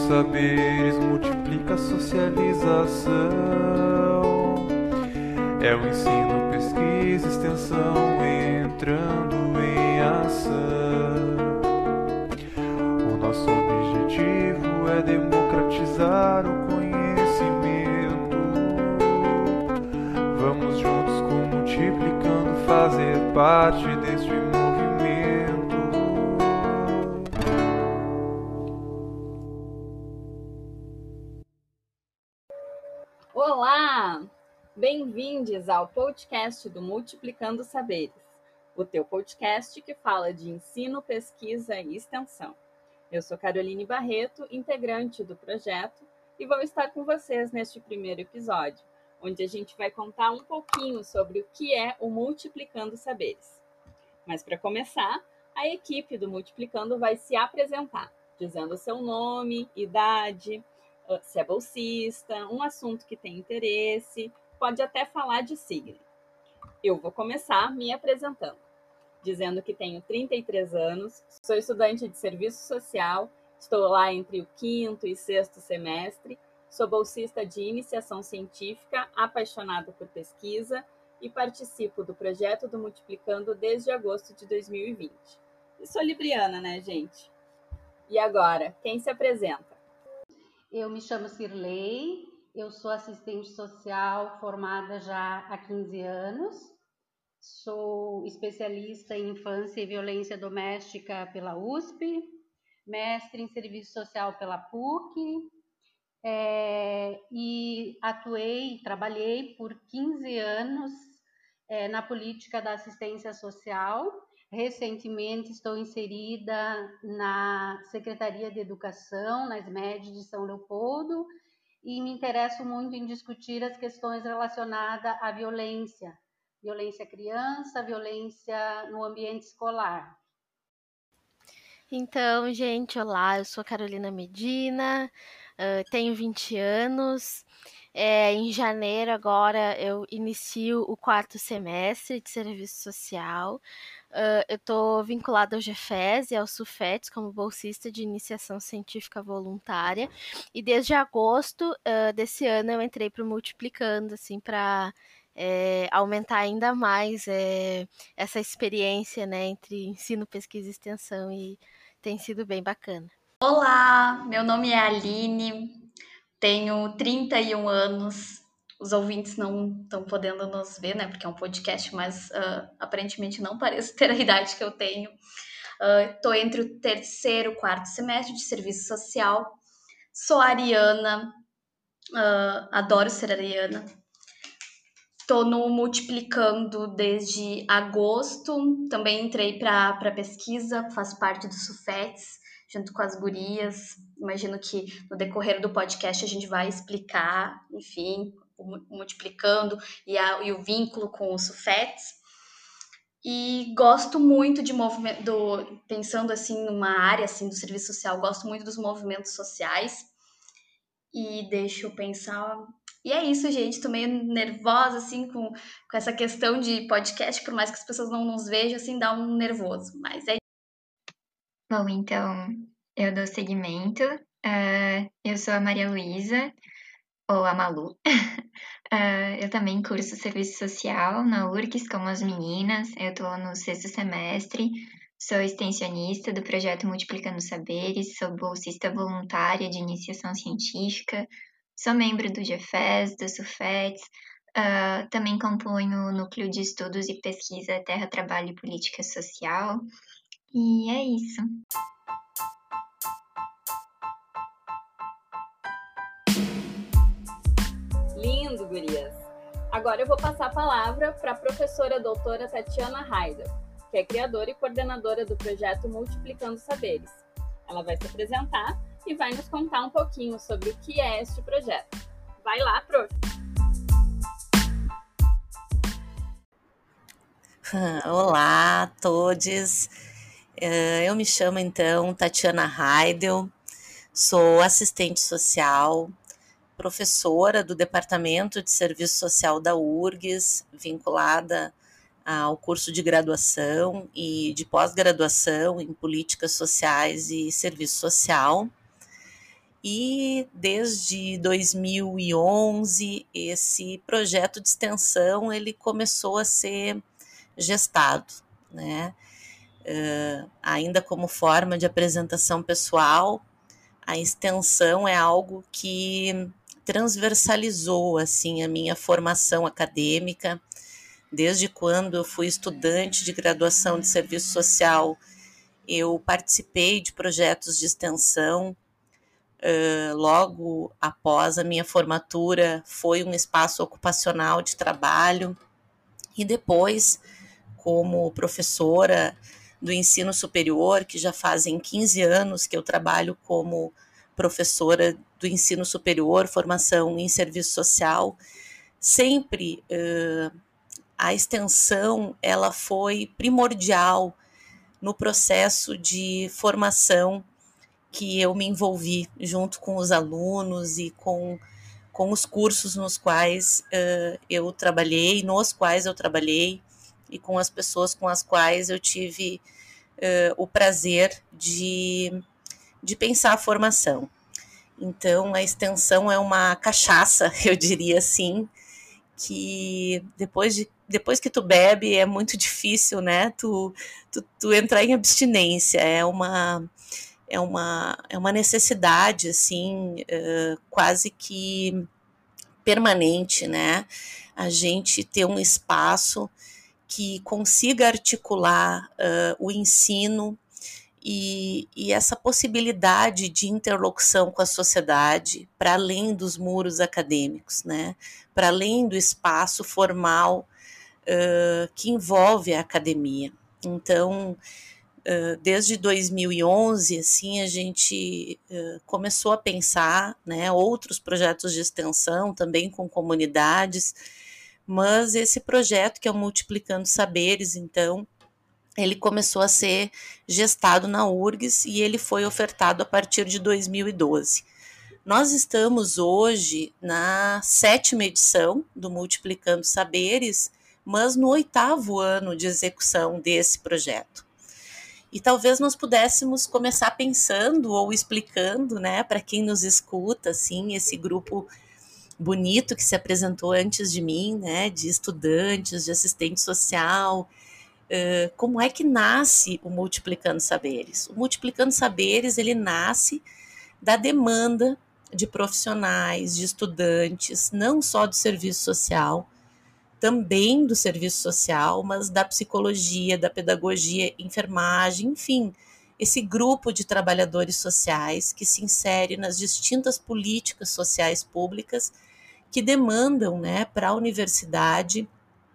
saberes, multiplica a socialização. É o ensino, pesquisa, extensão entrando em ação. O nosso objetivo é democratizar o conhecimento. Vamos juntos com Multiplicando fazer parte deste movimento. Olá! Bem-vindos ao podcast do Multiplicando Saberes, o teu podcast que fala de ensino, pesquisa e extensão. Eu sou Caroline Barreto, integrante do projeto, e vou estar com vocês neste primeiro episódio, onde a gente vai contar um pouquinho sobre o que é o Multiplicando Saberes. Mas para começar, a equipe do Multiplicando vai se apresentar, dizendo seu nome, idade, se é bolsista, um assunto que tem interesse, pode até falar de signo. Eu vou começar me apresentando, dizendo que tenho 33 anos, sou estudante de serviço social, estou lá entre o 5º e 6º semestre, sou bolsista de iniciação científica, apaixonada por pesquisa e participo do projeto do Multiplicando desde agosto de 2020. E sou libriana, né, gente? E agora, quem se apresenta? Eu me chamo Cirlei, eu sou assistente social formada já há 15 anos, sou especialista em infância e violência doméstica pela USP, mestre em serviço social pela PUC, e trabalhei por 15 anos na política da assistência social. Recentemente estou inserida na Secretaria de Educação, na SMED de São Leopoldo, e me interesso muito em discutir as questões relacionadas à violência à criança, violência no ambiente escolar. Então, gente, olá, eu sou Carolina Medina, tenho 20 anos. Em janeiro agora eu inicio o 4º semestre de serviço social. Eu estou vinculada ao GEFES e ao SUFETS como bolsista de iniciação científica voluntária. E desde agosto desse ano eu entrei para o Multiplicando, assim, para aumentar ainda mais essa experiência, né, entre ensino, pesquisa e extensão, e tem sido bem bacana. Olá, meu nome é Aline, tenho 31 anos. Os ouvintes não estão podendo nos ver, né, porque é um podcast, mas aparentemente não pareço ter a idade que eu tenho. Estou entre o 3º e 4º semestre de serviço social. Sou ariana, adoro ser ariana. Estou no Multiplicando desde agosto, também entrei para pesquisa, faço parte do SUFETS, junto com as gurias. Imagino que no decorrer do podcast a gente vai explicar, enfim, o Multiplicando e o vínculo com o SUFETS. E gosto muito de movimento, pensando assim numa área assim, do serviço social, gosto muito dos movimentos sociais. E deixa eu pensar. E é isso, gente. Tô meio nervosa, assim, com essa questão de podcast, por mais que as pessoas não nos vejam, assim, dá um nervoso. Mas é. Bom, então, eu dou seguimento. Eu sou a Maria Luísa, ou a Malu. Eu também curso serviço social na URGS, como as meninas. Eu estou no 6º semestre. Sou extensionista do projeto Multiplicando Saberes, sou bolsista voluntária de iniciação científica, sou membro do GEFES, do SUFETS, também componho o Núcleo de Estudos e Pesquisa Terra, Trabalho e Política Social, e é isso. Lindo, gurias! Agora eu vou passar a palavra para a professora doutora Tatiana Heider, que é criadora e coordenadora do projeto Multiplicando Saberes. Ela vai se apresentar e vai nos contar um pouquinho sobre o que é este projeto. Vai lá, prof! Olá a todos! Eu me chamo então Tatiana Heidel, sou assistente social, professora do Departamento de Serviço Social da URGS, vinculada ao curso de graduação e de pós-graduação em Políticas Sociais e Serviço Social. E desde 2011 esse projeto de extensão ele começou a ser gestado, né? Ainda como forma de apresentação pessoal, a extensão é algo que transversalizou assim a minha formação acadêmica. Desde quando eu fui estudante de graduação de serviço social, eu participei de projetos de extensão. Logo após a minha formatura, foi um espaço ocupacional de trabalho. E depois, como professora do ensino superior, que já fazem 15 anos que eu trabalho como professora do ensino superior, formação em serviço social, sempre a extensão ela foi primordial no processo de formação que eu me envolvi junto com os alunos e com os cursos nos quais eu trabalhei, e com as pessoas com as quais eu tive o prazer de pensar a formação. Então, a extensão é uma cachaça, eu diria assim, que depois que tu bebe é muito difícil, né, tu entrar em abstinência, é uma necessidade, assim, quase que permanente, né, a gente ter um espaço que consiga articular o ensino e essa possibilidade de interlocução com a sociedade para além dos muros acadêmicos, né, para além do espaço formal que envolve a academia. Então, desde 2011, assim, a gente começou a pensar, né, outros projetos de extensão, também com comunidades, mas esse projeto, que é o Multiplicando Saberes, então, ele começou a ser gestado na URGS e ele foi ofertado a partir de 2012. Nós estamos hoje na 7ª edição do Multiplicando Saberes, mas no 8º ano de execução desse projeto. E talvez nós pudéssemos começar pensando ou explicando, né, para quem nos escuta, assim, esse grupo bonito que se apresentou antes de mim, né, de estudantes, de assistente social, como é que nasce o Multiplicando Saberes? O Multiplicando Saberes, ele nasce da demanda de profissionais, de estudantes, não só do serviço social, também do serviço social, mas da psicologia, da pedagogia, enfermagem, enfim, esse grupo de trabalhadores sociais que se insere nas distintas políticas sociais públicas que demandam, né, para a universidade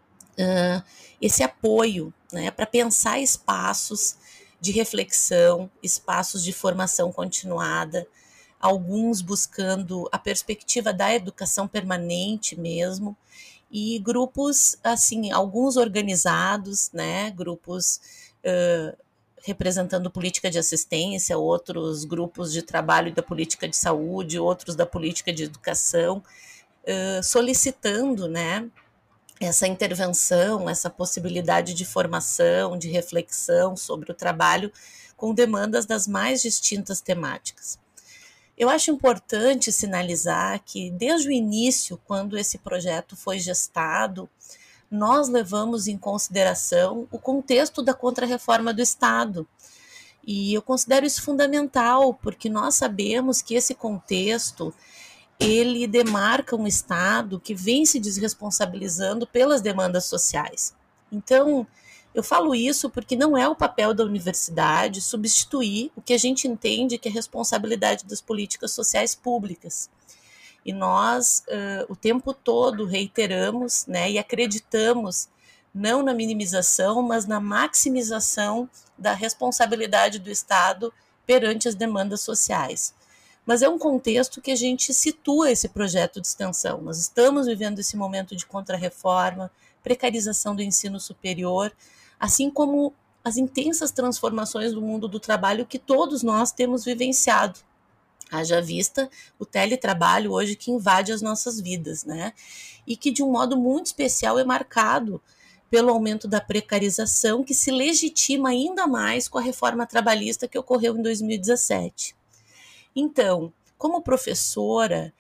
esse apoio, né, para pensar espaços de reflexão, espaços de formação continuada, alguns buscando a perspectiva da educação permanente mesmo, e grupos, assim, alguns organizados, né, grupos representando política de assistência, outros grupos de trabalho da política de saúde, outros da política de educação, solicitando, né, essa intervenção, essa possibilidade de formação, de reflexão sobre o trabalho com demandas das mais distintas temáticas. Eu acho importante sinalizar que, desde o início, quando esse projeto foi gestado, nós levamos em consideração o contexto da Contra-Reforma do Estado. E eu considero isso fundamental, porque nós sabemos que esse contexto ele demarca um Estado que vem se desresponsabilizando pelas demandas sociais. Então, eu falo isso porque não é o papel da universidade substituir o que a gente entende que é responsabilidade das políticas sociais públicas. E nós, o tempo todo, reiteramos, né, e acreditamos não na minimização, mas na maximização da responsabilidade do Estado perante as demandas sociais. Mas é um contexto que a gente situa esse projeto de extensão. Nós estamos vivendo esse momento de contra-reforma, precarização do ensino superior, assim como as intensas transformações do mundo do trabalho que todos nós temos vivenciado. Haja vista o teletrabalho hoje que invade as nossas vidas, né? E que de um modo muito especial é marcado pelo aumento da precarização, que se legitima ainda mais com a reforma trabalhista que ocorreu em 2017. Então, como professora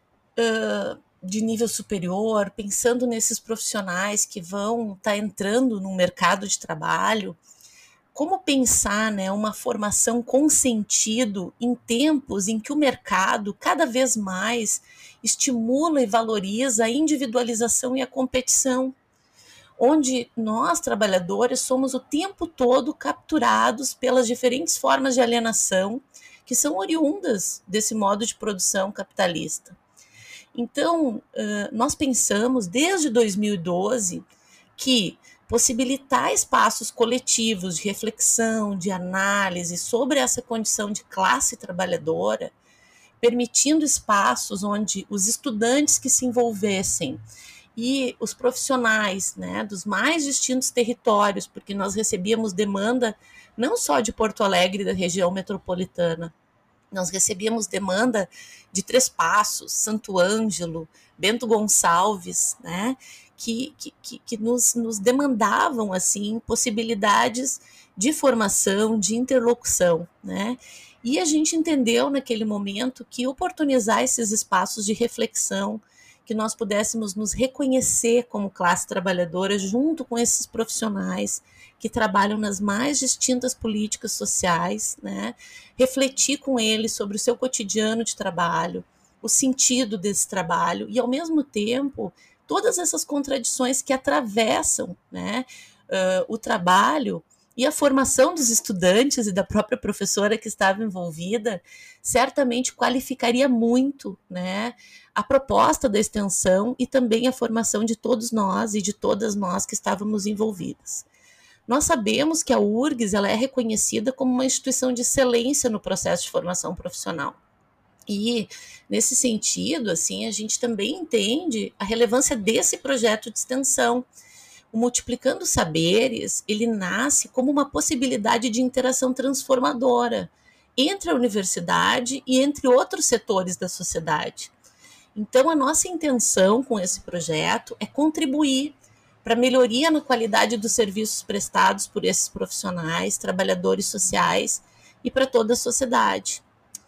de nível superior, pensando nesses profissionais que vão estar entrando no mercado de trabalho, como pensar, né, uma formação com sentido em tempos em que o mercado cada vez mais estimula e valoriza a individualização e a competição, onde nós, trabalhadores, somos o tempo todo capturados pelas diferentes formas de alienação que são oriundas desse modo de produção capitalista. Então, nós pensamos desde 2012 que possibilitar espaços coletivos de reflexão, de análise sobre essa condição de classe trabalhadora, permitindo espaços onde os estudantes que se envolvessem e os profissionais, né, dos mais distintos territórios, porque nós recebíamos demanda não só de Porto Alegre, da região metropolitana, nós recebíamos demanda de Três Passos, Santo Ângelo, Bento Gonçalves, né, que nos demandavam assim possibilidades de formação, de interlocução, né? E a gente entendeu naquele momento que oportunizar esses espaços de reflexão, que nós pudéssemos nos reconhecer como classe trabalhadora junto com esses profissionais que trabalham nas mais distintas políticas sociais, né? Refletir com eles sobre o seu cotidiano de trabalho, o sentido desse trabalho e, ao mesmo tempo, todas essas contradições que atravessam, né, o trabalho e a formação dos estudantes e da própria professora que estava envolvida, certamente qualificaria muito, né, a proposta da extensão e também a formação de todos nós e de todas nós que estávamos envolvidas. Nós sabemos que a URGS ela é reconhecida como uma instituição de excelência no processo de formação profissional. E, nesse sentido, assim, a gente também entende a relevância desse projeto de extensão. O Multiplicando Saberes, ele nasce como uma possibilidade de interação transformadora entre a universidade e entre outros setores da sociedade. Então, a nossa intenção com esse projeto é contribuir para a melhoria na qualidade dos serviços prestados por esses profissionais, trabalhadores sociais e para toda a sociedade.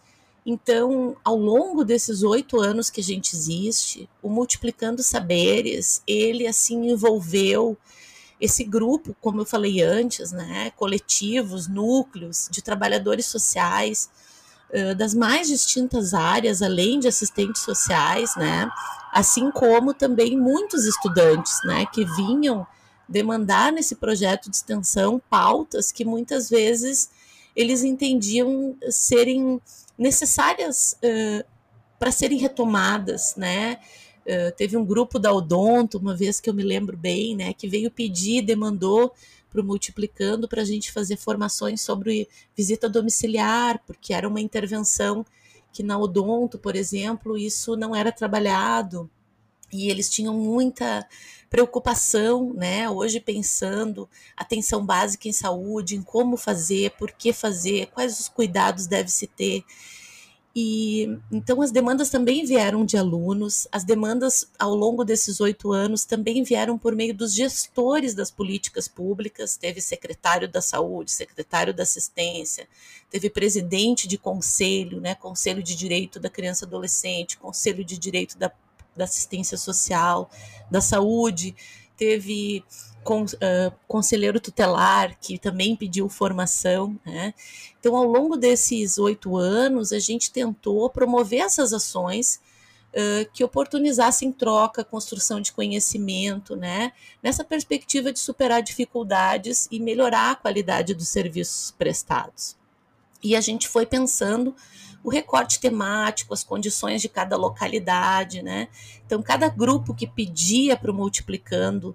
Então, ao longo desses 8 anos que a gente existe, o Multiplicando Saberes, ele assim envolveu esse grupo, como eu falei antes, né, coletivos, núcleos de trabalhadores sociais das mais distintas áreas, além de assistentes sociais, né, assim como também muitos estudantes, né, que vinham demandar nesse projeto de extensão pautas que muitas vezes eles entendiam serem necessárias para serem retomadas, né? Teve um grupo da Odonto, uma vez que eu me lembro bem, né, que veio pedir, demandou para o Multiplicando para a gente fazer formações sobre visita domiciliar, porque era uma intervenção que na Odonto, por exemplo, isso não era trabalhado, e eles tinham muita preocupação, né, hoje pensando atenção básica em saúde, em como fazer, por que fazer, quais os cuidados deve se ter. E então as demandas também vieram de alunos, as demandas ao longo desses 8 anos também vieram por meio dos gestores das políticas públicas, teve secretário da saúde, secretário da assistência, teve presidente de conselho, né, conselho de direito da criança e adolescente, conselho de direito da assistência social, da saúde, teve conselheiro tutelar, que também pediu formação, né? Então, ao longo desses 8 anos, a gente tentou promover essas ações que oportunizassem troca, construção de conhecimento, né? Nessa perspectiva de superar dificuldades e melhorar a qualidade dos serviços prestados. E a gente foi pensando o recorte temático, as condições de cada localidade, né? Então, cada grupo que pedia para o Multiplicando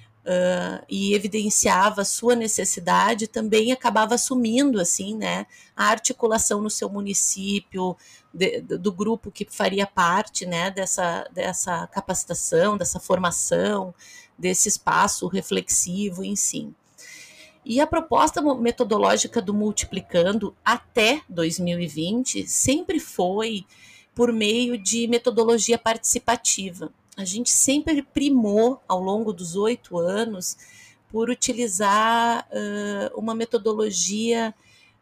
e evidenciava a sua necessidade, também acabava assumindo assim, né, a articulação no seu município, do grupo que faria parte, né, dessa capacitação, dessa formação, desse espaço reflexivo em si. E a proposta metodológica do Multiplicando até 2020 sempre foi por meio de metodologia participativa. A gente sempre primou, ao longo dos 8 anos, por utilizar uma metodologia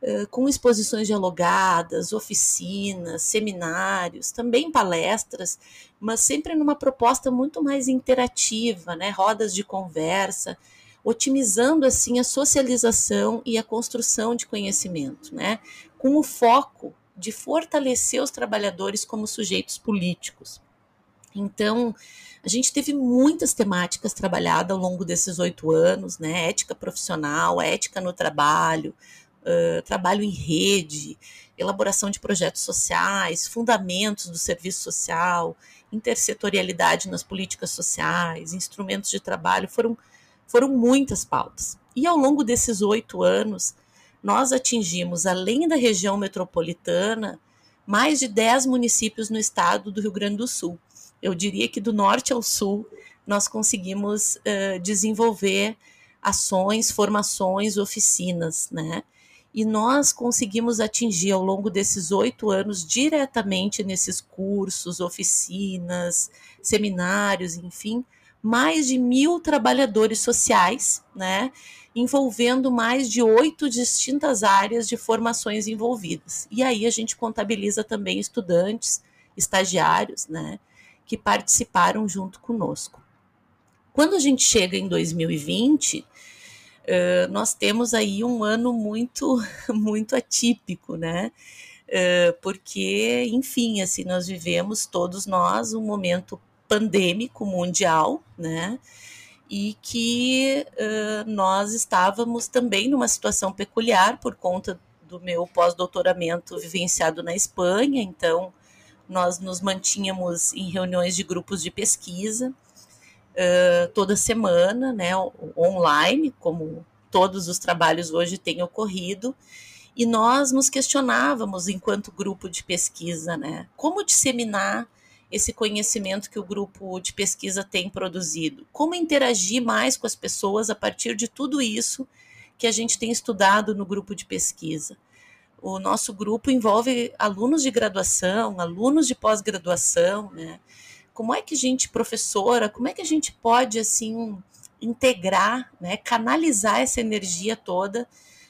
com exposições dialogadas, oficinas, seminários, também palestras, mas sempre numa proposta muito mais interativa, né? Rodas de conversa, otimizando assim a socialização e a construção de conhecimento, né? Com o foco de fortalecer os trabalhadores como sujeitos políticos. Então, a gente teve muitas temáticas trabalhadas ao longo desses 8 anos, né? Ética profissional, ética no trabalho, trabalho em rede, elaboração de projetos sociais, fundamentos do serviço social, intersetorialidade nas políticas sociais, instrumentos de trabalho, foram muitas pautas. E ao longo desses 8 anos, nós atingimos, além da região metropolitana, mais de 10 municípios no estado do Rio Grande do Sul. Eu diria que do norte ao sul, nós conseguimos desenvolver ações, formações, oficinas, né? E nós conseguimos atingir ao longo desses 8 anos, diretamente nesses cursos, oficinas, seminários, enfim, mais de 1.000 trabalhadores sociais, né, envolvendo mais de 8 distintas áreas de formações envolvidas. E aí a gente contabiliza também estudantes, estagiários, né, que participaram junto conosco. Quando a gente chega em 2020, nós temos aí um ano muito, muito atípico, né? Porque, enfim, assim, nós vivemos todos nós um momento pandêmico mundial, né? E que nós estávamos também numa situação peculiar por conta do meu pós-doutoramento vivenciado na Espanha, então nós nos mantínhamos em reuniões de grupos de pesquisa, toda semana, né, online, como todos os trabalhos hoje têm ocorrido, e nós nos questionávamos, enquanto grupo de pesquisa, né, como disseminar esse conhecimento que o grupo de pesquisa tem produzido, como interagir mais com as pessoas a partir de tudo isso que a gente tem estudado no grupo de pesquisa. O nosso grupo envolve alunos de graduação, alunos de pós-graduação, né, como é que a gente, professora, como é que a gente pode, assim, integrar, né, canalizar essa energia toda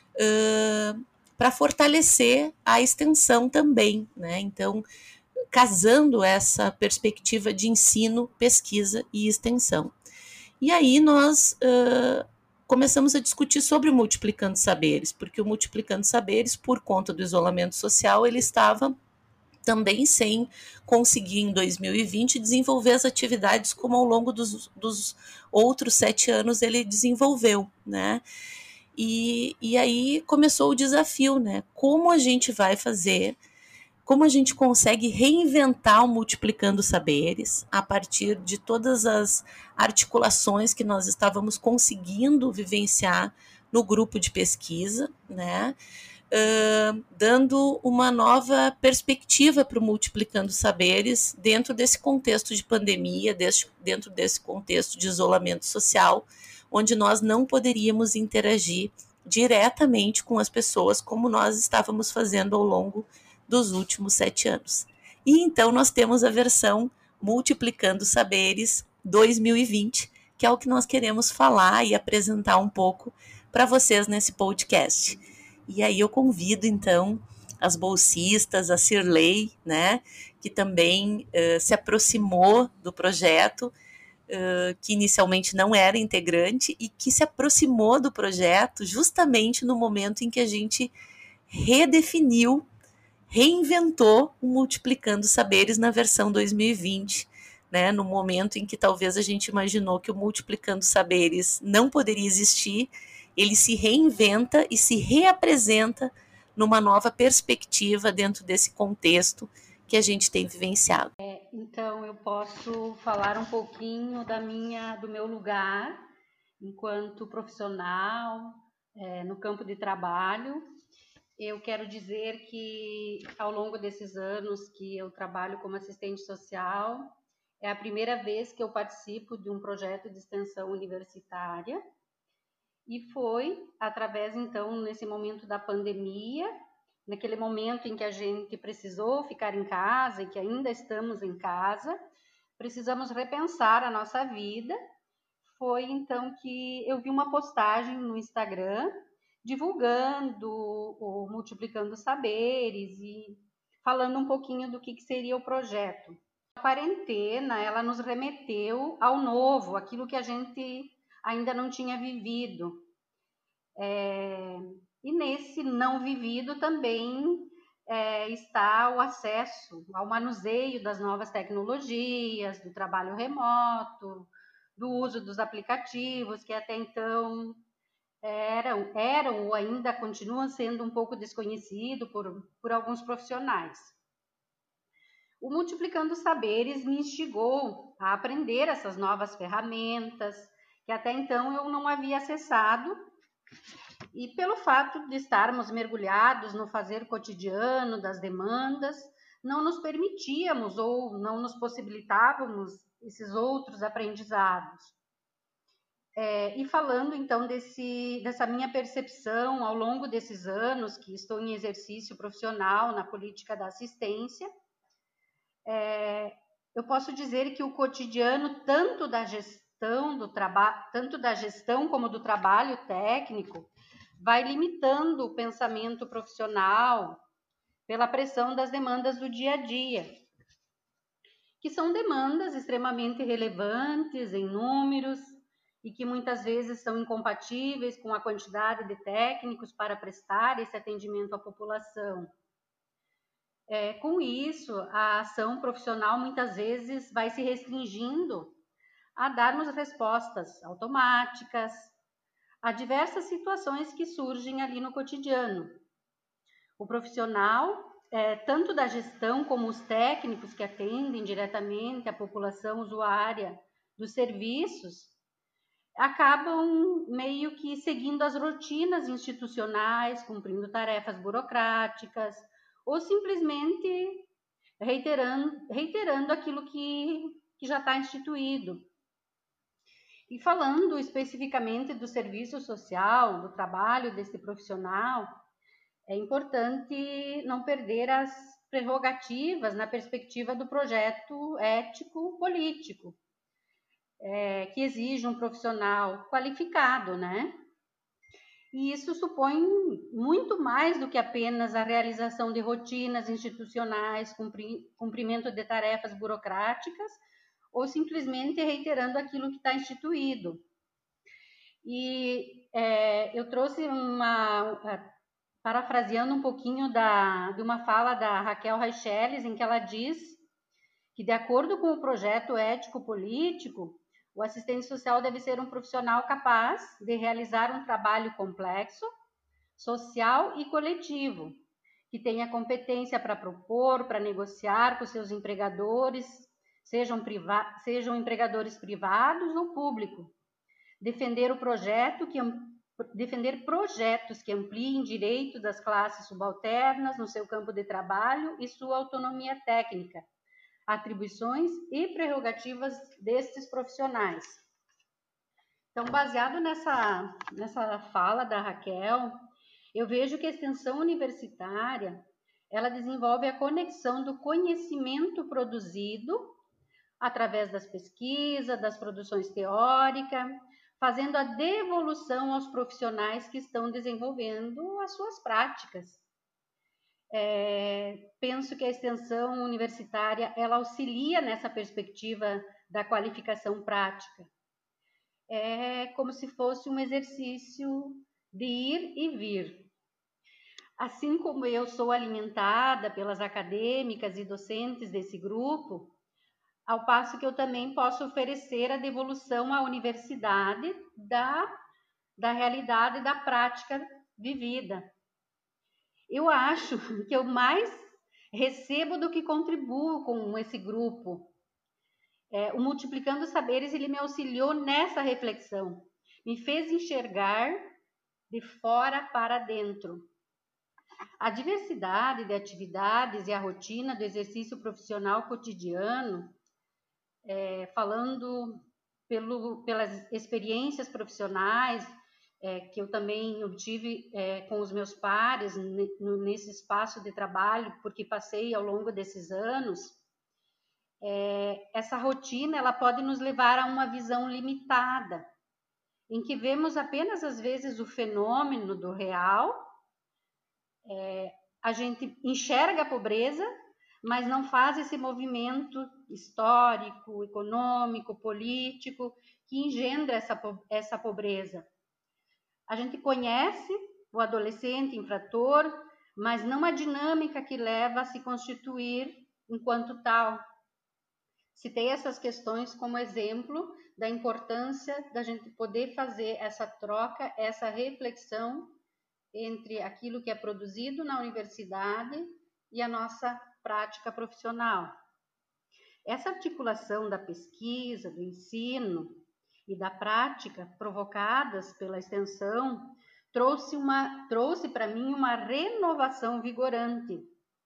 para fortalecer a extensão também, né? Então, casando essa perspectiva de ensino, pesquisa e extensão. E aí nós começamos a discutir sobre o Multiplicando Saberes, porque o Multiplicando Saberes, por conta do isolamento social, ele estava também sem conseguir, em 2020, desenvolver as atividades como ao longo dos outros 7 anos ele desenvolveu, né? E aí começou o desafio, né? Como a gente vai fazer, como a gente consegue reinventar o Multiplicando Saberes a partir de todas as articulações que nós estávamos conseguindo vivenciar no grupo de pesquisa, né? Dando uma nova perspectiva para o Multiplicando Saberes dentro desse contexto de pandemia, dentro desse contexto de isolamento social, onde nós não poderíamos interagir diretamente com as pessoas como nós estávamos fazendo ao longo dos últimos 7 anos. E então nós temos a versão Multiplicando Saberes 2020, que é o que nós queremos falar e apresentar um pouco para vocês nesse podcast. E aí eu convido, então, as bolsistas, a Cirlei, né, que também se aproximou do projeto, que inicialmente não era integrante e que se aproximou do projeto justamente no momento em que a gente redefiniu, reinventou o Multiplicando Saberes na versão 2020, né, no momento em que talvez a gente imaginou que o Multiplicando Saberes não poderia existir, ele se reinventa e se reapresenta numa nova perspectiva dentro desse contexto que a gente tem vivenciado. Então, eu posso falar um pouquinho do meu lugar enquanto profissional no campo de trabalho. Eu quero dizer que, ao longo desses anos que eu trabalho como assistente social, é a primeira vez que eu participo de um projeto de extensão universitária. E foi através, então, nesse momento da pandemia, naquele momento em que a gente precisou ficar em casa e que ainda estamos em casa, precisamos repensar a nossa vida. Foi então que eu vi uma postagem no Instagram divulgando o Multiplicando Saberes e falando um pouquinho do que seria o projeto. A quarentena, ela nos remeteu ao novo, aquilo que a gente ainda não tinha vivido. E nesse não vivido também está o acesso ao manuseio das novas tecnologias, do trabalho remoto, do uso dos aplicativos, que até então eram ou ainda continuam sendo um pouco desconhecido por alguns profissionais. O Multiplicando Saberes me instigou a aprender essas novas ferramentas, que até então eu não havia acessado, e pelo fato de estarmos mergulhados no fazer cotidiano das demandas, não nos permitíamos ou não nos possibilitávamos esses outros aprendizados. E falando então dessa minha percepção ao longo desses anos que estou em exercício profissional na política da assistência, eu posso dizer que o cotidiano, tanto da gestão como do trabalho técnico, vai limitando o pensamento profissional pela pressão das demandas do dia a dia, que são demandas extremamente relevantes em números e que muitas vezes são incompatíveis com a quantidade de técnicos para prestar esse atendimento à população. Com isso, a ação profissional muitas vezes vai se restringindo a darmos respostas automáticas a diversas situações que surgem ali no cotidiano. O profissional, tanto da gestão como os técnicos que atendem diretamente a população usuária dos serviços, acabam meio que seguindo as rotinas institucionais, cumprindo tarefas burocráticas, ou simplesmente reiterando aquilo que já está instituído. E falando especificamente do serviço social, do trabalho desse profissional, é importante não perder as prerrogativas na perspectiva do projeto ético-político, que exige um profissional qualificado, né? E isso supõe muito mais do que apenas a realização de rotinas institucionais, cumprimento de tarefas burocráticas, ou simplesmente reiterando aquilo que está instituído. E eu trouxe parafraseando um pouquinho de uma fala da Raquel Reicheles, em que ela diz que, de acordo com o projeto ético-político, o assistente social deve ser um profissional capaz de realizar um trabalho complexo, social e coletivo, que tenha competência para propor, para negociar com seus empregadores, sejam empregadores privados ou públicos, defender projetos que ampliem direitos das classes subalternas no seu campo de trabalho e sua autonomia técnica, atribuições e prerrogativas destes profissionais. Então, baseado nessa fala da Raquel, eu vejo que a extensão universitária, ela desenvolve a conexão do conhecimento produzido através das pesquisas, das produções teóricas, fazendo a devolução aos profissionais que estão desenvolvendo as suas práticas. Penso que a extensão universitária, ela auxilia nessa perspectiva da qualificação prática. É como se fosse um exercício de ir e vir. Assim como eu sou alimentada pelas acadêmicas e docentes desse grupo, ao passo que eu também posso oferecer a devolução à universidade da realidade da prática vivida. Eu acho que eu mais recebo do que contribuo com esse grupo. O Multiplicando Saberes, ele me auxiliou nessa reflexão, me fez enxergar de fora para dentro. A diversidade de atividades e a rotina do exercício profissional cotidiano, falando pelas experiências profissionais que eu também tive com os meus pares nesse espaço de trabalho, porque passei ao longo desses anos, essa rotina ela pode nos levar a uma visão limitada em que vemos apenas às vezes o fenômeno do real, a gente enxerga a pobreza, mas não faz esse movimento histórico, econômico, político que engendra essa pobreza. A gente conhece o adolescente infrator, mas não a dinâmica que leva a se constituir enquanto tal. Citei essas questões como exemplo da importância da gente poder fazer essa troca, essa reflexão entre aquilo que é produzido na universidade e a nossa prática profissional. Essa articulação da pesquisa, do ensino e da prática provocadas pela extensão trouxe para mim uma renovação vigorante.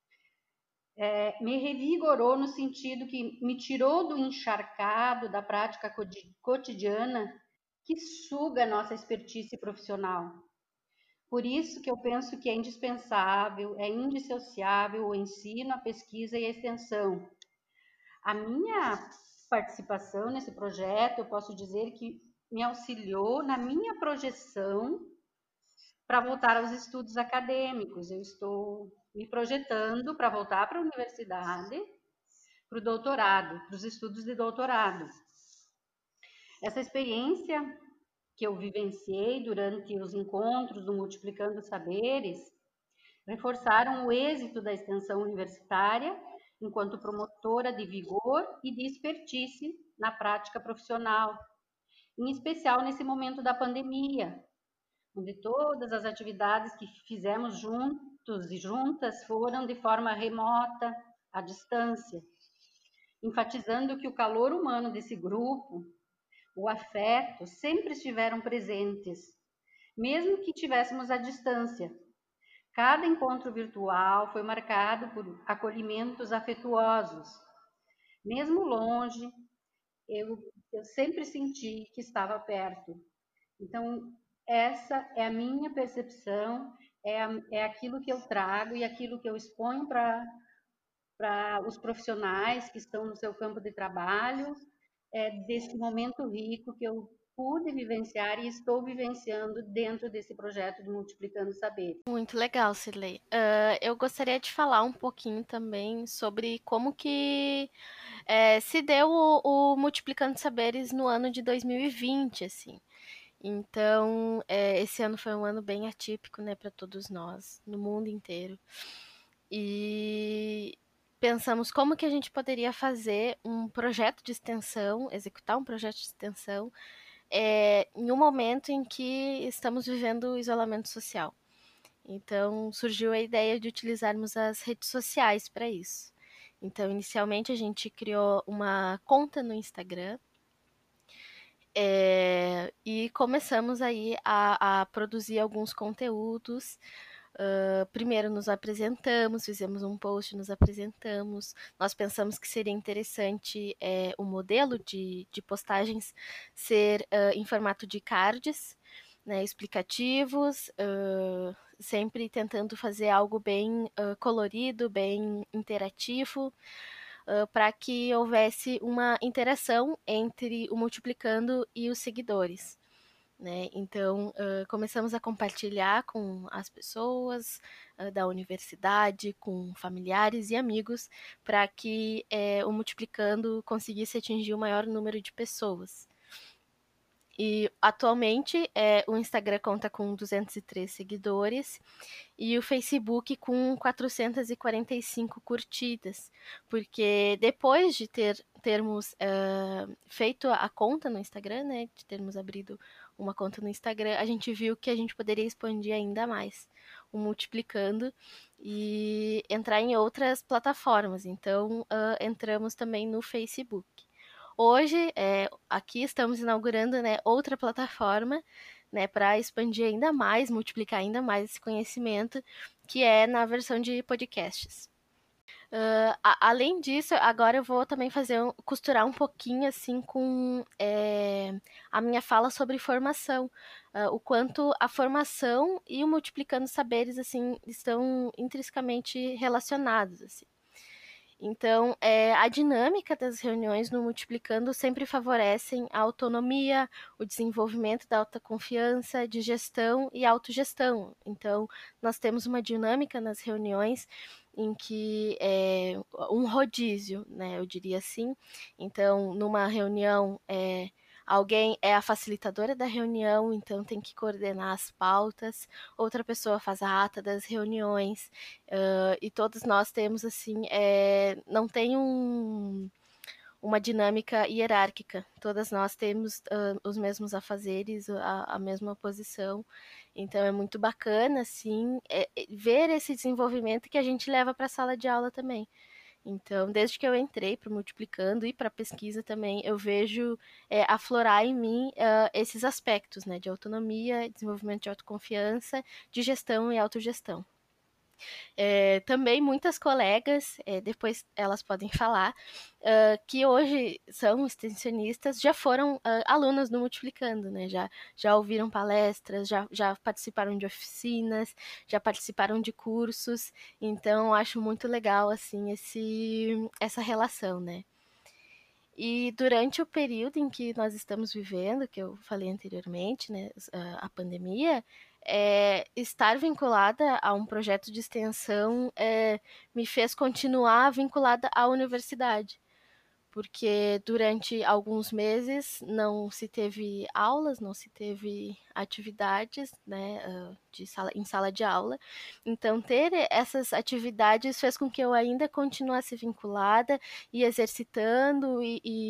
Me revigorou no sentido que me tirou do encharcado da prática cotidiana que suga a nossa expertise profissional. Por isso que eu penso que é indispensável, é indissociável o ensino, a pesquisa e a extensão. A minha participação nesse projeto, eu posso dizer que me auxiliou na minha projeção para voltar aos estudos acadêmicos. Eu estou me projetando para voltar para a universidade, para o doutorado, para os estudos de doutorado. Essa experiência que eu vivenciei durante os encontros do Multiplicando Saberes reforçaram o êxito da extensão universitária enquanto promotora de vigor e de expertise na prática profissional, em especial nesse momento da pandemia, onde todas as atividades que fizemos juntos e juntas foram de forma remota, à distância, enfatizando que o calor humano desse grupo, o afeto, sempre estiveram presentes, mesmo que tivéssemos à distância. Cada encontro virtual foi marcado por acolhimentos afetuosos. Mesmo longe, eu sempre senti que estava perto. Então, essa é a minha percepção, é aquilo que eu trago e aquilo que eu exponho para os profissionais que estão no seu campo de trabalho, desse momento rico que eu pude vivenciar e estou vivenciando dentro desse projeto de Multiplicando Saberes. Muito legal, Cirlei. Eu gostaria de falar um pouquinho também sobre como que se deu o Multiplicando Saberes no ano de 2020, assim. Então, esse ano foi um ano bem atípico, né, para todos nós, no mundo inteiro. E pensamos como que a gente poderia fazer um projeto de extensão, executar um projeto de extensão, em um momento em que estamos vivendo o isolamento social. Então, surgiu a ideia de utilizarmos as redes sociais para isso. Então, inicialmente, a gente criou uma conta no Instagram, e começamos aí a produzir alguns conteúdos. Primeiro nos apresentamos, fizemos um post, nos apresentamos. Nós pensamos que seria interessante o modelo de postagens ser em formato de cards, né, explicativos, sempre tentando fazer algo bem colorido, bem interativo, para que houvesse uma interação entre o Multiplicando e os seguidores. Né? Então, começamos a compartilhar com as pessoas da universidade, com familiares e amigos, para que o Multiplicando conseguisse atingir o maior número de pessoas. E atualmente o Instagram conta com 203 seguidores e o Facebook com 445 curtidas, porque depois de termos feito a conta no Instagram, né, de termos abrido uma conta no Instagram, a gente viu que a gente poderia expandir ainda mais o Multiplicando e entrar em outras plataformas. Então, entramos também no Facebook. Hoje, aqui estamos inaugurando, né, outra plataforma, né, para expandir ainda mais, multiplicar ainda mais esse conhecimento, que é na versão de podcasts. Além disso, agora eu vou também costurar um pouquinho assim com a minha fala sobre formação, o quanto a formação e o Multiplicando Saberes assim estão intrinsecamente relacionados, assim. Então, a dinâmica das reuniões no Multiplicando sempre favorecem a autonomia, o desenvolvimento da autoconfiança, de gestão e autogestão. Então, nós temos uma dinâmica nas reuniões em que é um rodízio, né, eu diria assim. Então, numa reunião, alguém é a facilitadora da reunião, então tem que coordenar as pautas, outra pessoa faz a ata das reuniões, e todos nós temos, assim, não tem uma dinâmica hierárquica, todas nós temos os mesmos afazeres, a mesma posição, então é muito bacana, assim, ver esse desenvolvimento que a gente leva para a sala de aula também. Então, desde que eu entrei para o Multiplicando e para a pesquisa também, eu vejo aflorar em mim esses aspectos, né, de autonomia, desenvolvimento de autoconfiança, de gestão e autogestão. Também muitas colegas, depois elas podem falar, que hoje são extensionistas, já foram alunas do Multiplicando, né? Já ouviram palestras, já participaram de oficinas, já participaram de cursos, então acho muito legal, assim, essa relação, né? E durante o período em que nós estamos vivendo, que eu falei anteriormente, né, a pandemia, estar vinculada a um projeto de extensão me fez continuar vinculada à universidade, porque durante alguns meses não se teve aulas, não se teve atividades, né, em sala de aula. Então, ter essas atividades fez com que eu ainda continuasse vinculada e exercitando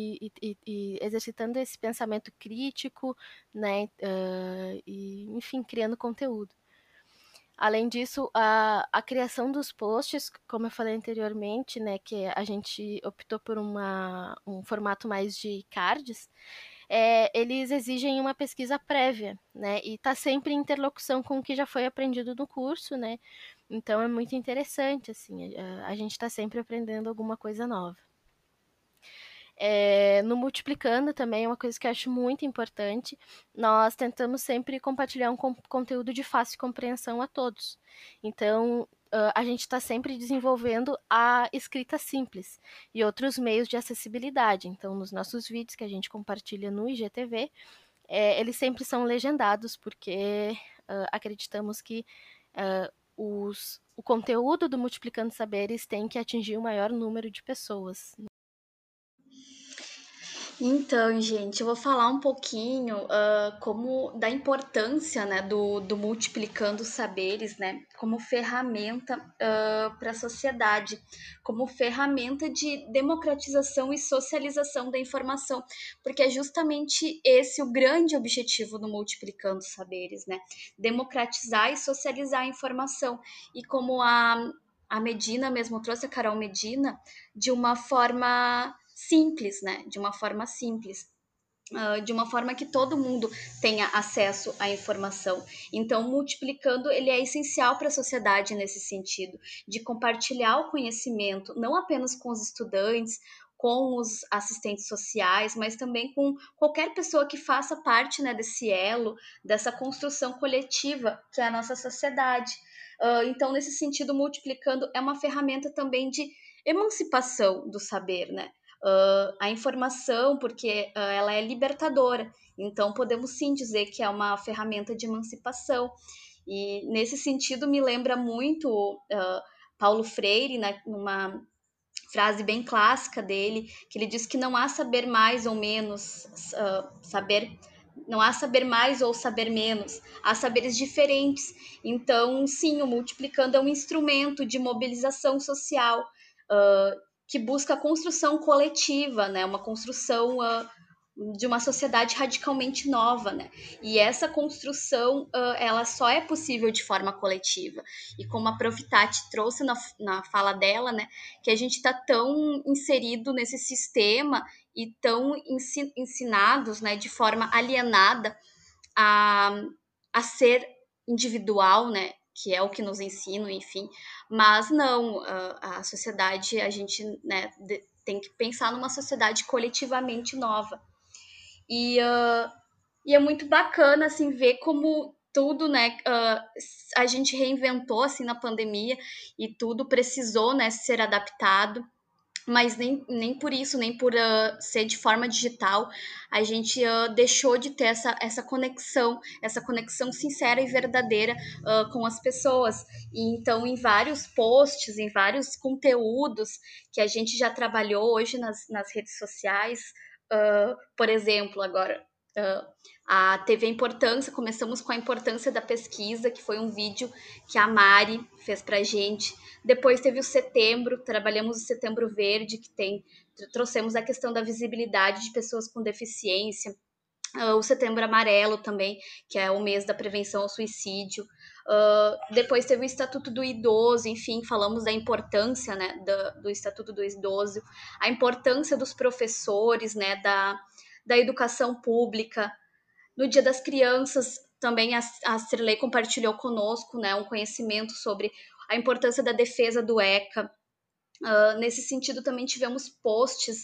e exercitando esse pensamento crítico, né, e, enfim, criando conteúdo. Além disso, a criação dos posts, como eu falei anteriormente, né, que a gente optou por um formato mais de cards, eles exigem uma pesquisa prévia, né, e tá sempre em interlocução com o que já foi aprendido no curso, né, então é muito interessante, assim, a gente está sempre aprendendo alguma coisa nova. No Multiplicando também é uma coisa que eu acho muito importante. Nós tentamos sempre compartilhar um conteúdo de fácil compreensão a todos. Então, a gente está sempre desenvolvendo a escrita simples e outros meios de acessibilidade. Então, nos nossos vídeos que a gente compartilha no IGTV, eles sempre são legendados, porque acreditamos que o conteúdo do Multiplicando Saberes tem que atingir o maior número de pessoas. Então, gente, eu vou falar um pouquinho como da importância, né, do Multiplicando Saberes, né, como ferramenta para a sociedade, como ferramenta de democratização e socialização da informação, porque é justamente esse o grande objetivo do Multiplicando Saberes, né, democratizar e socializar a informação. E como a Medina mesmo trouxe, a Carol Medina, de uma forma simples, né? De uma forma simples. De uma forma que todo mundo tenha acesso à informação. Então, Multiplicando, ele é essencial para a sociedade nesse sentido, de compartilhar o conhecimento, não apenas com os estudantes, com os assistentes sociais, mas também com qualquer pessoa que faça parte, né, desse elo, dessa construção coletiva que é a nossa sociedade. Então, nesse sentido, Multiplicando é uma ferramenta também de emancipação do saber, né? A informação, porque ela é libertadora. Então, podemos sim dizer que é uma ferramenta de emancipação. E, nesse sentido, me lembra muito Paulo Freire, né, numa frase bem clássica dele, que ele diz que não há saber mais ou menos, não há saber mais ou saber menos, há saberes diferentes. Então, sim, o Multiplicando é um instrumento de mobilização social, que busca a construção coletiva, né? Uma construção de uma sociedade radicalmente nova, né? E essa construção, ela só é possível de forma coletiva. E como a Prof. Tati trouxe na fala dela, né? Que a gente está tão inserido nesse sistema e tão ensinados, né? De forma alienada a ser individual, né? Que é o que nos ensinam, enfim. Mas não, a sociedade, a gente, né, tem que pensar numa sociedade coletivamente nova. E é muito bacana, assim, ver como tudo, né, a gente reinventou, assim, na pandemia e tudo precisou, né, ser adaptado. mas nem por isso, nem por ser de forma digital, a gente deixou de ter essa conexão sincera e verdadeira com as pessoas. E então, em vários posts, em vários conteúdos que a gente já trabalhou hoje nas redes sociais, por exemplo, agora, teve a importância, começamos com a importância da pesquisa, que foi um vídeo que a Mari fez pra gente. Depois teve o setembro, trabalhamos o Setembro Verde, trouxemos a questão da visibilidade de pessoas com deficiência. O Setembro Amarelo também, que é o mês da prevenção ao suicídio. Depois teve o Estatuto do Idoso, enfim, falamos da importância, né, do Estatuto do Idoso, a importância dos professores, né, da educação pública. No Dia das Crianças, também a Cirlei compartilhou conosco, né, um conhecimento sobre a importância da defesa do ECA. Nesse sentido, também tivemos posts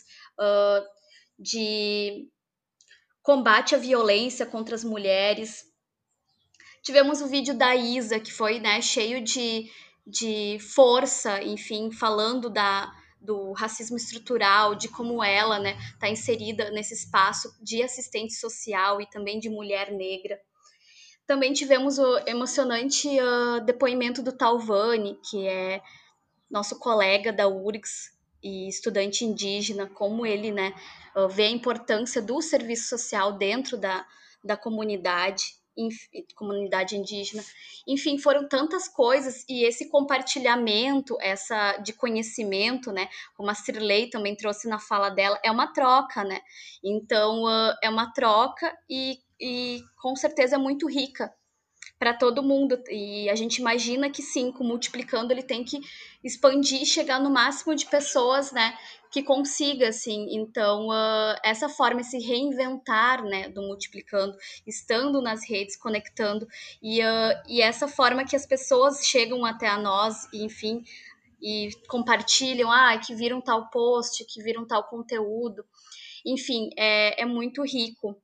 de combate à violência contra as mulheres. Tivemos o vídeo da Isa, que foi, né, cheio de força, enfim, falando do racismo estrutural, de como ela, né, está inserida nesse espaço de assistente social e também de mulher negra. Também tivemos o emocionante depoimento do Talvani, que é nosso colega da URGS e estudante indígena, como ele, né, vê a importância do serviço social dentro da comunidade indígena. Enfim, foram tantas coisas, e esse compartilhamento, de conhecimento, né, como a Cirlei também trouxe na fala dela, é uma troca, né? Então, é uma troca e com certeza é muito rica para todo mundo, e a gente imagina que sim, com Multiplicando ele tem que expandir e chegar no máximo de pessoas, né, que consiga, assim. Então, essa forma, esse reinventar, né, do Multiplicando, estando nas redes, conectando, e essa forma que as pessoas chegam até a nós, e, enfim, e compartilham, que viram tal post, que viram tal conteúdo, enfim, é muito rico.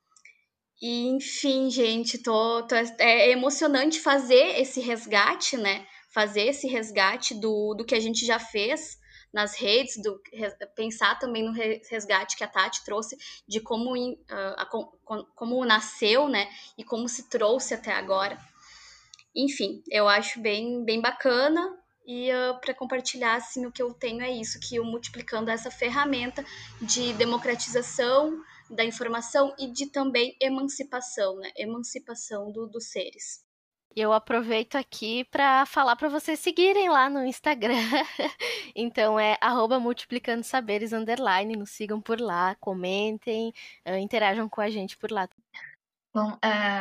E, enfim, gente, é emocionante fazer esse resgate, né? Fazer esse resgate do que a gente já fez nas redes, pensar também no resgate que a Tati trouxe, de como nasceu, né? E como se trouxe até agora. Enfim, eu acho bem, bem bacana. E para compartilhar, assim, o que eu tenho é isso, que o Multiplicando essa ferramenta de democratização da informação e de também emancipação, né? Emancipação dos seres. E eu aproveito aqui para falar para vocês seguirem lá no Instagram. Então é @multiplicandosaberes_, nos sigam por lá, comentem, interajam com a gente por lá. Bom,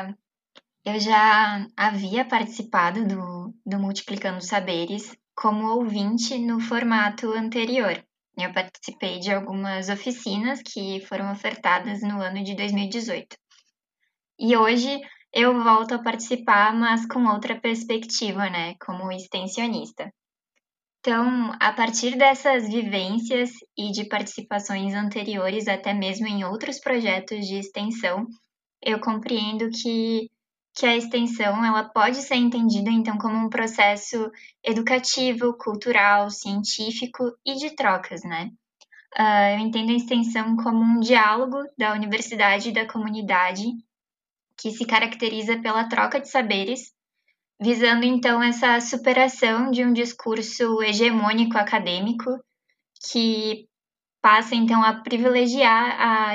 eu já havia participado do Multiplicando Saberes como ouvinte no formato anterior. Eu participei de algumas oficinas que foram ofertadas no ano de 2018. E hoje eu volto a participar, mas com outra perspectiva, né, como extensionista. Então, a partir dessas vivências e de participações anteriores, até mesmo em outros projetos de extensão, eu compreendo que a extensão ela pode ser entendida, então, como um processo educativo, cultural, científico e de trocas, né? Eu entendo a extensão como um diálogo da universidade e da comunidade que se caracteriza pela troca de saberes, visando, então, essa superação de um discurso hegemônico acadêmico que passa, então, a privilegiar a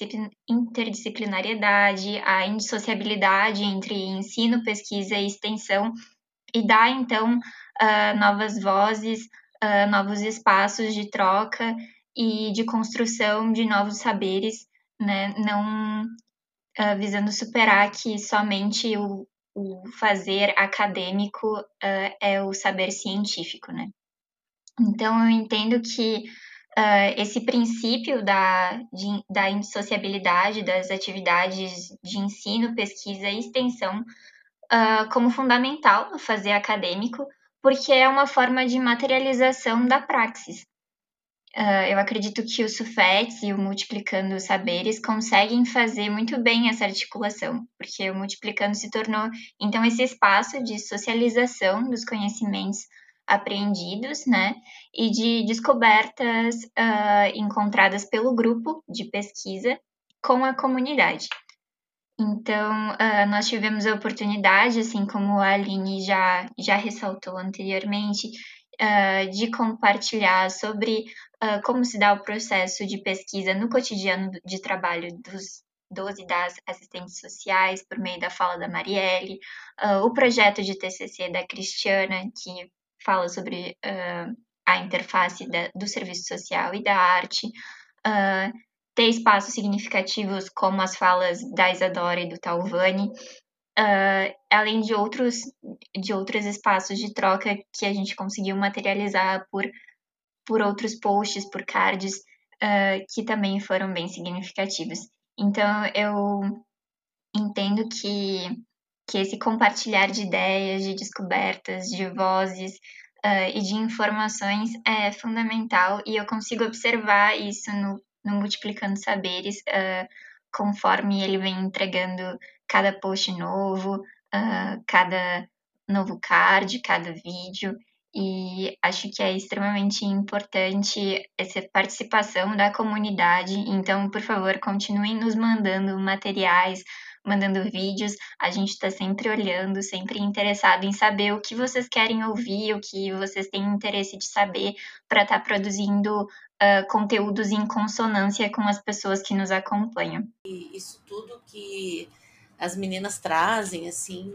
interdisciplinariedade, a indissociabilidade entre ensino, pesquisa e extensão, e dá, então, novas vozes, novos espaços de troca e de construção de novos saberes, né? Não visando superar que somente o fazer acadêmico é o saber científico, né? Então, eu entendo que esse princípio da indissociabilidade das atividades de ensino, pesquisa e extensão como fundamental no fazer acadêmico, porque é uma forma de materialização da praxis. Eu acredito que o Sufets e o Multiplicando Saberes conseguem fazer muito bem essa articulação, porque o Multiplicando se tornou, então, esse espaço de socialização dos conhecimentos apreendidos, né, e de descobertas encontradas pelo grupo de pesquisa com a comunidade. Então, nós tivemos a oportunidade, assim como a Aline já ressaltou anteriormente, de compartilhar sobre como se dá o processo de pesquisa no cotidiano de trabalho dos e das assistentes sociais, por meio da fala da Marielle, o projeto de TCC da Cristiana, que fala sobre a interface do serviço social e da arte, ter espaços significativos como as falas da Isadora e do Talvani, além de outros espaços de troca que a gente conseguiu materializar por outros posts, por cards, que também foram bem significativos. Então, eu entendo que esse compartilhar de ideias, de descobertas, de vozes e de informações é fundamental, e eu consigo observar isso no Multiplicando Saberes, conforme ele vem entregando cada post novo, cada novo card, cada vídeo, e acho que é extremamente importante essa participação da comunidade. Então, por favor, continuem nos mandando materiais, mandando vídeos. A gente está sempre olhando, sempre interessado em saber o que vocês querem ouvir, o que vocês têm interesse de saber, para estar produzindo conteúdos em consonância com as pessoas que nos acompanham. E isso tudo que as meninas trazem, assim,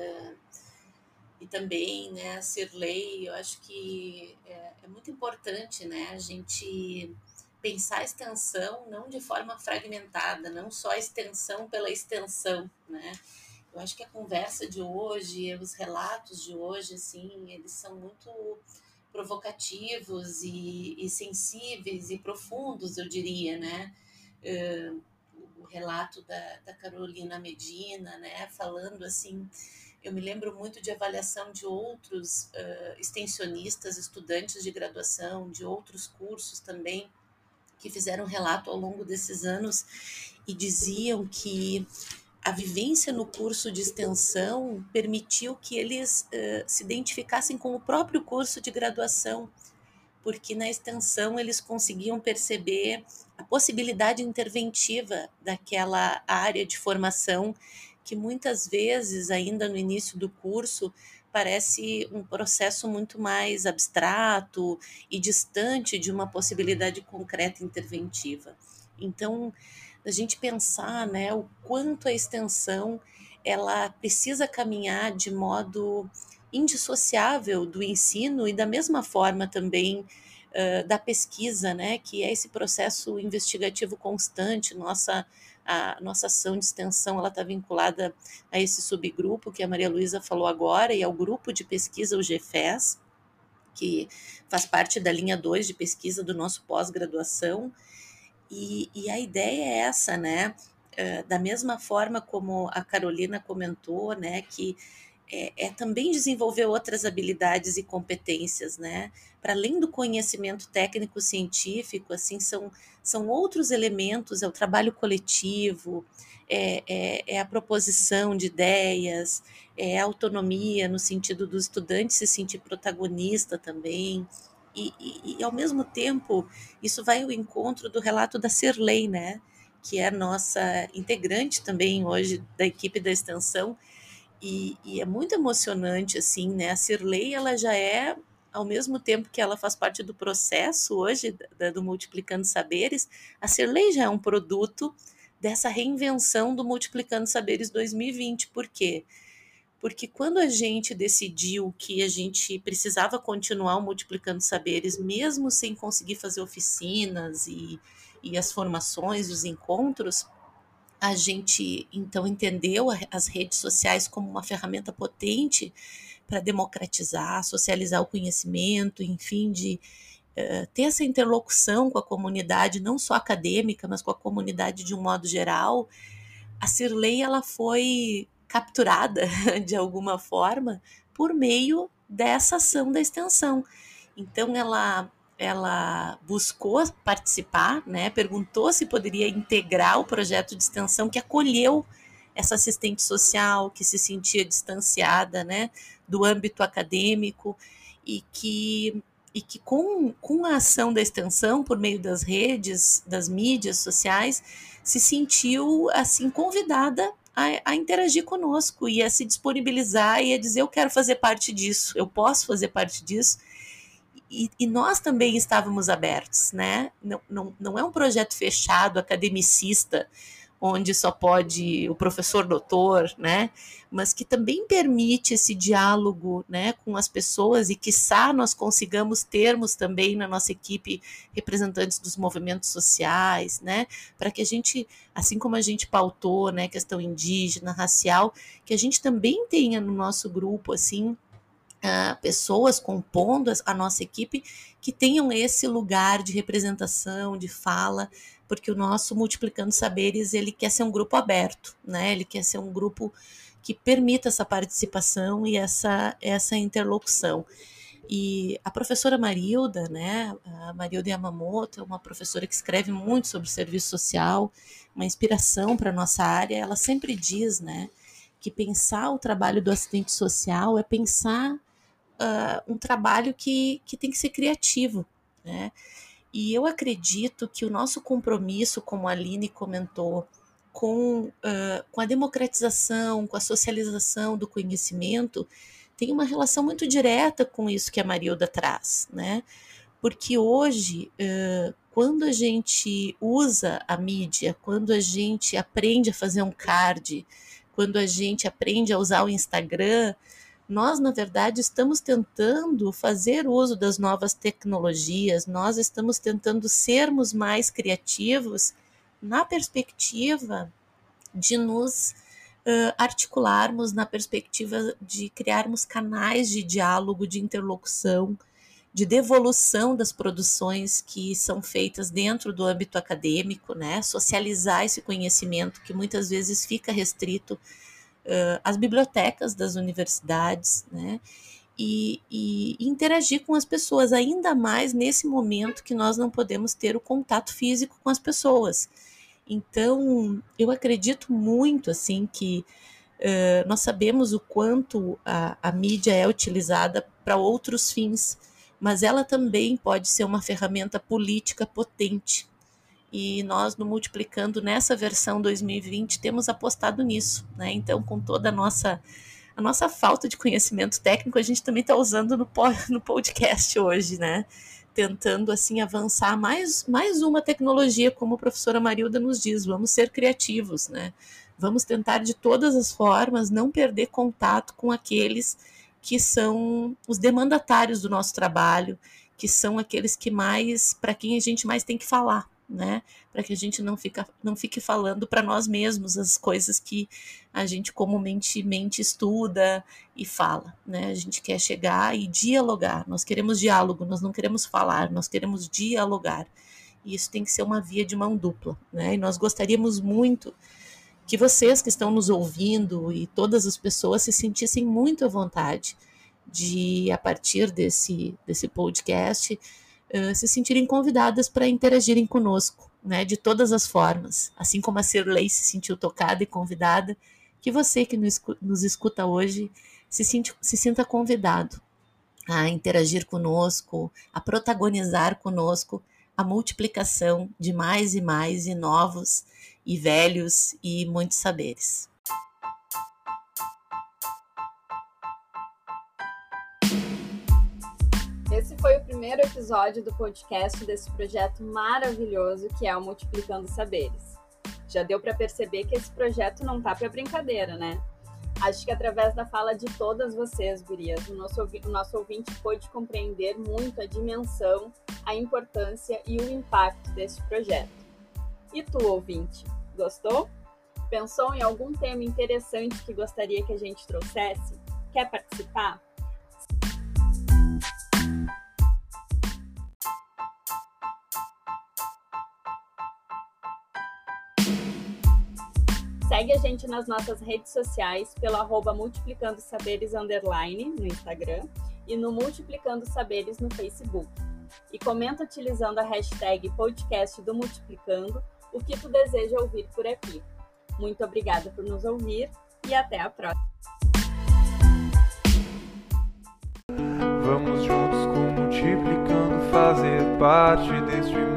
e também, né, a Cirlei, eu acho que é muito importante, né, a gente pensar a extensão não de forma fragmentada, não só a extensão pela extensão, né. Eu acho que a conversa de hoje, os relatos de hoje, assim, eles são muito provocativos e sensíveis e profundos, eu diria, né. O relato da Carolina Medina, né, falando assim, eu me lembro muito de avaliação de outros extensionistas, estudantes de graduação, de outros cursos também, que fizeram relato ao longo desses anos e diziam que a vivência no curso de extensão permitiu que eles se identificassem com o próprio curso de graduação, porque na extensão eles conseguiam perceber a possibilidade interventiva daquela área de formação que muitas vezes, ainda no início do curso, parece um processo muito mais abstrato e distante de uma possibilidade concreta interventiva. Então, a gente pensar, né, o quanto a extensão ela precisa caminhar de modo indissociável do ensino e da mesma forma também da pesquisa, né, que é esse processo investigativo constante. A nossa ação de extensão ela está vinculada a esse subgrupo que a Maria Luísa falou agora e ao grupo de pesquisa, o GFES, que faz parte da linha 2 de pesquisa do nosso pós-graduação. E a ideia é essa, né? Da mesma forma como a Carolina comentou, né, que é também desenvolver outras habilidades e competências, né? Para além do conhecimento técnico-científico, assim, são outros elementos, é o trabalho coletivo, é a proposição de ideias, é a autonomia no sentido do estudante se sentir protagonista também. E ao mesmo tempo, isso vai ao encontro do relato da Cirlei, né? Que é nossa integrante também hoje da equipe da extensão, e é muito emocionante, assim, né? A Cirlei, ela já é, ao mesmo tempo que ela faz parte do processo hoje do Multiplicando Saberes, a Cirlei já é um produto dessa reinvenção do Multiplicando Saberes 2020. Por quê? Porque quando a gente decidiu que a gente precisava continuar o Multiplicando Saberes, mesmo sem conseguir fazer oficinas e as formações, os encontros, a gente então entendeu as redes sociais como uma ferramenta potente para democratizar, socializar o conhecimento, enfim, de ter essa interlocução com a comunidade, não só acadêmica, mas com a comunidade de um modo geral. A Cirlei, ela foi capturada de alguma forma por meio dessa ação da extensão. Então ela buscou participar, né, perguntou se poderia integrar o projeto de extensão que acolheu essa assistente social que se sentia distanciada, né, do âmbito acadêmico, e que com a ação da extensão, por meio das redes, das mídias sociais, se sentiu assim convidada a interagir conosco e a se disponibilizar e a dizer: eu quero fazer parte disso, eu posso fazer parte disso. E nós também estávamos abertos, né? Não é um projeto fechado, academicista, onde só pode o professor doutor, né? Mas que também permite esse diálogo, né, com as pessoas, e quiçá nós consigamos termos também na nossa equipe representantes dos movimentos sociais, né, para que a gente, assim como a gente pautou, né, questão indígena, racial, que a gente também tenha no nosso grupo, assim, pessoas compondo a nossa equipe que tenham esse lugar de representação, de fala, porque o nosso Multiplicando Saberes, ele quer ser um grupo aberto, né? Ele quer ser um grupo que permita essa participação e essa interlocução. E a professora Marilda, né, a Marilda Yamamoto, é uma professora que escreve muito sobre serviço social, uma inspiração para a nossa área. Ela sempre diz, né, que pensar o trabalho do assistente social é pensar um trabalho que tem que ser criativo, né? E eu acredito que o nosso compromisso, como a Aline comentou, com a democratização, com a socialização do conhecimento, tem uma relação muito direta com isso que a Marilda traz, né? Porque hoje, quando a gente usa a mídia, quando a gente aprende a fazer um card, quando a gente aprende a usar o Instagram, nós, na verdade, estamos tentando fazer uso das novas tecnologias, nós estamos tentando sermos mais criativos na perspectiva de nos articularmos, na perspectiva de criarmos canais de diálogo, de interlocução, de devolução das produções que são feitas dentro do âmbito acadêmico, né? Socializar esse conhecimento que muitas vezes fica restrito às bibliotecas das universidades, né? E interagir com as pessoas, ainda mais nesse momento que nós não podemos ter o contato físico com as pessoas. Então, eu acredito muito, assim, que nós sabemos o quanto a mídia é utilizada para outros fins, mas ela também pode ser uma ferramenta política potente. E nós, no Multiplicando, nessa versão 2020, temos apostado nisso, né? Então, com toda a nossa falta de conhecimento técnico, a gente também está usando no podcast hoje, né? Tentando, assim, avançar mais uma tecnologia, como a professora Marilda nos diz, vamos ser criativos, né? Vamos tentar, de todas as formas, não perder contato com aqueles que são os demandatários do nosso trabalho, que são aqueles que mais, para quem a gente mais tem que falar, né? Para que a gente não fique falando para nós mesmos as coisas que a gente comumente estuda e fala, né? A gente quer chegar e dialogar, nós queremos diálogo, nós não queremos falar, nós queremos dialogar, e isso tem que ser uma via de mão dupla, né? E nós gostaríamos muito que vocês que estão nos ouvindo e todas as pessoas se sentissem muito à vontade de, a partir desse podcast, se sentirem convidadas para interagirem conosco, né, de todas as formas. Assim como a Cirlei se sentiu tocada e convidada, que você que nos escuta hoje se sinta convidado a interagir conosco, a protagonizar conosco a multiplicação de mais e mais e novos e velhos e muitos saberes. Esse foi o primeiro episódio do podcast desse projeto maravilhoso que é o Multiplicando Saberes. Já deu para perceber que esse projeto não tá para brincadeira, né? Acho que através da fala de todas vocês, gurias, o nosso ouvinte pôde compreender muito a dimensão, a importância e o impacto desse projeto. E tu, ouvinte, gostou? Pensou em algum tema interessante que gostaria que a gente trouxesse? Quer participar? Segue a gente nas nossas redes sociais pelo @multiplicandosaberes_ no Instagram e no Multiplicando Saberes no Facebook. E comenta utilizando a hashtag podcast do Multiplicando o que tu deseja ouvir por aqui. Muito obrigada por nos ouvir e até a próxima. Vamos juntos fazer parte deste